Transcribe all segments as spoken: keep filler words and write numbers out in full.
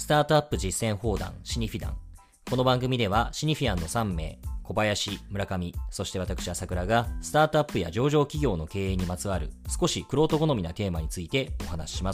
スタートアップ実践砲弾シニフィダン。この番組ではシニフィアンのさん名、小林、村上、そして私朝倉がスタートアップや上場企業の経営にまつわる少し玄人好みなテーマについてお話しします。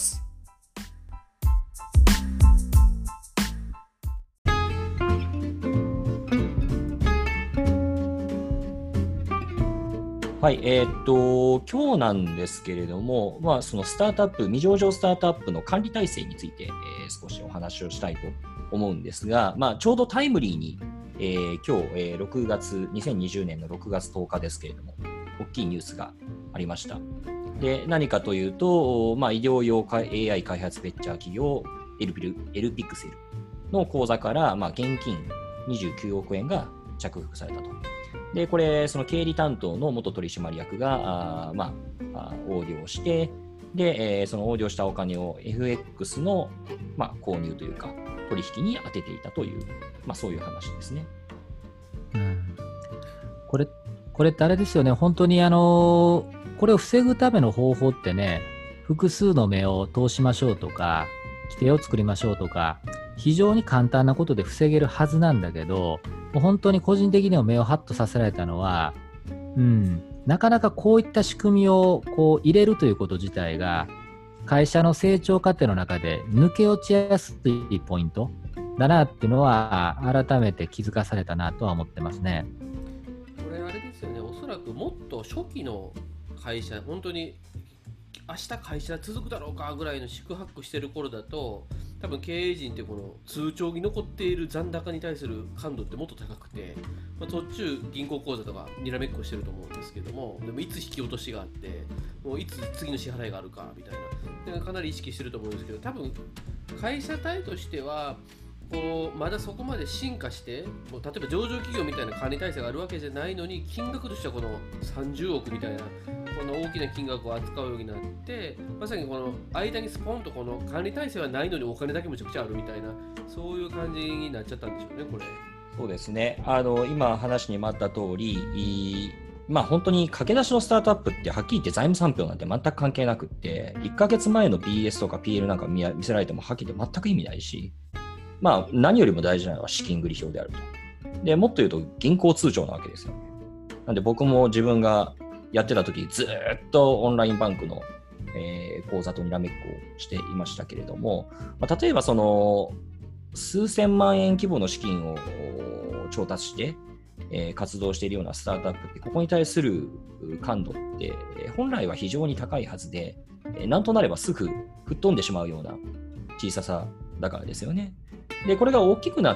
はい、えーっと、今日なんですけれども、まあ、そのスタートアップ、未上場スタートアップの管理体制について、えー少しお話をしたいと思うんですが、まあ、ちょうどタイムリーに、えー今日、えーろくがつ、にせんにじゅうねんのろくがつとおかですけれども、大きいニュースがありました。で、何かというと、まあ、医療用 エーアイ 開発ベンチャー企業、エルピル、エルピクセルの口座から、まあ、現金にじゅうきゅうおくえんが着服されたと。で、これ、その経理担当の元取締役が、あまあ、横領して、で、えーその横領したお金を エフエックス の、まあ、購入というか、取引に当てていたという、まあ、そういう話ですね。 うん、これ、これってあれですよね、本当にあのーこれを防ぐための方法ってね、複数の目を通しましょうとか、規定を作りましょうとか、非常に簡単なことで防げるはずなんだけど、もう本当に個人的には目をハッとさせられたのは、うん、なかなかこういった仕組みをこう入れるということ自体が、会社の成長過程の中で抜け落ちやすいポイントだなっていうのは、改めて気づかされたなとは思ってますね。 これあれですよね、おそらくもっと初期の会社、本当に明日会社続くだろうかぐらいの宿泊してる頃だと、多分経営陣ってこの通帳に残っている残高に対する感度ってもっと高くて、まあ、途中銀行口座とかにらめっこしてると思うんですけども、でもいつ引き落としがあってもういつ次の支払いがあるかみたいなでかなり意識してると思うんですけど、多分会社体としてはこうまだそこまで進化して、もう例えば上場企業みたいな管理体制があるわけじゃないのに、金額としてはこのさんじゅうおくみたいなこの大きな金額を扱うようになって、まさにこの間にスポンとこの管理体制はないのにお金だけむちゃくちゃあるみたいな、そういう感じになっちゃったんでしょうね、これ。 そうですね。あの、今話にもあった通り、いまあ本当に駆け出しのスタートアップってはっきり言って財務産票なんて全く関係なくって、いっかげつまえの ビーエス とか ピーエル なんか見見せられてもはっきり言って全く意味ないし、まあ何よりも大事なのは資金繰り表であると。で、もっと言うと銀行通帳なわけですよね。なんで僕も自分がやってた時ずーっとオンラインバンクの、えー口座とにらめっこをしていましたけれども、まあ、例えばその数千万円規模の資金を調達して、えー活動しているようなスタートアップって、ここに対する感度って本来は非常に高いはずで、えーなんとなればすぐ吹っ飛んでしまうような小ささだからですよね。で、これが大きくなって、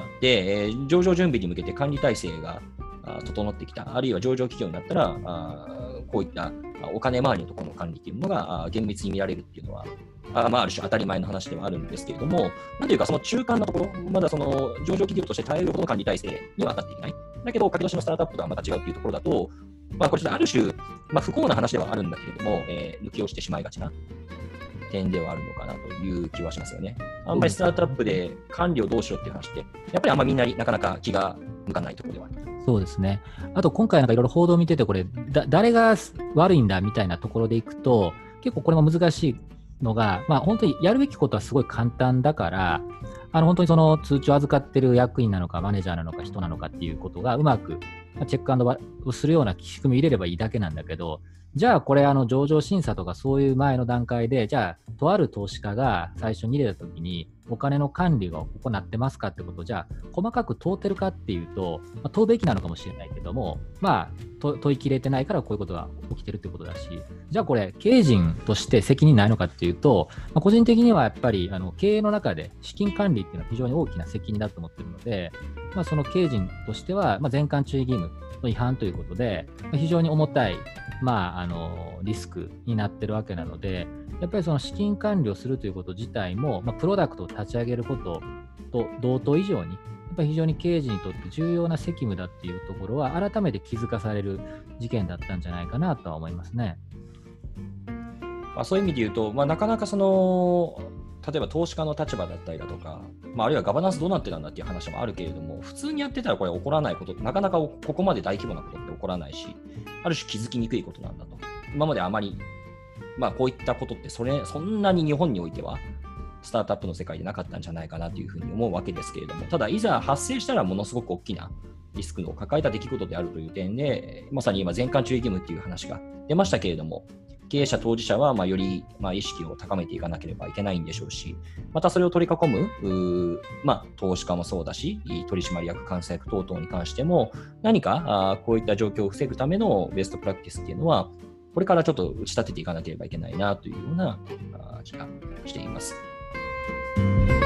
えー上場準備に向けて管理体制があ整ってきた、あるいは上場企業になったら、あこういったあお金回りのところの管理というのがあ厳密に見られるっていうのは、あまあ、ある種当たり前の話ではあるんですけれども、なんというかその中間のところ、まだその上場企業として耐えるほどの管理体制には当たっていない。だけど、駆け出しのスタートアップとはまた違うっていうところだと、まあ、これちょっとある種、まあ、不幸な話ではあるんだけれども、えー抜き落ちてしまいがちな点ではあるのかなという気はしますよね。あんまりスタートアップで管理をどうしようっていう話って、やっぱりあんまりみんなになかなか気が向かないところではある。 そうですね。あと今回なんかいろいろ報道を見てて、これだ誰が悪いんだみたいなところでいくと、結構これも難しいのが、まあ本当にやるべきことはすごい簡単だから、あの本当にその通知を預かってる役員なのかマネージャーなのか人なのかっていうことがうまくまあチェックアンドバをするような仕組みを入れればいいだけなんだけど、じゃあこれあの上場審査とかそういう前の段階で、じゃあとある投資家が最初に入れたときにお金の管理が行ってますかってことをじゃあ細かく問うてるかっていうと、まあ、問うべきなのかもしれないけども、まあと問い切れてないからこういうことが起きてるってことだし、じゃあこれ経営陣として責任ないのかっていうと、まあ、個人的にはやっぱりあの経営の中で資金管理っていうのは非常に大きな責任だと思ってるので、まあ、その経営陣としては、まあ、全館注意義務の違反ということで、まあ、非常に重たい、まあ、あのリスクになってるわけなので、やっぱりその資金管理をするということ自体も、まあ、プロダクトを立ち上げることと同等以上に、やっぱり非常に経営陣にとって重要な責務だっていうところは改めて気づかされる事件だったんじゃないかなとは思いますね。 まあ、そういう意味で言うと、まあ、なかなかその例えば投資家の立場だったりだとか、まあ、あるいはガバナンスどうなってたんだっていう話もあるけれども、普通にやってたらこれ起こらないことって、なかなかここまで大規模なことって起こらないし、ある種気づきにくいことなんだと。今まであまり、まあ、こういったことってそれそんなに日本においてはスタートアップの世界でなかったんじゃないかなというふうに思うわけですけれども、ただいざ発生したらものすごく大きなリスクの抱えた出来事であるという点で、まさに今全館注意義務っていう話が出ましたけれども、経営者当事者はまあよりまあ意識を高めていかなければいけないんでしょうし、またそれを取り囲むまあ、投資家もそうだし、取締役監査役等々に関しても、何かあこういった状況を防ぐためのベストプラクティスっていうのは、これからちょっと打ち立てていかなければいけないなというような気がしています。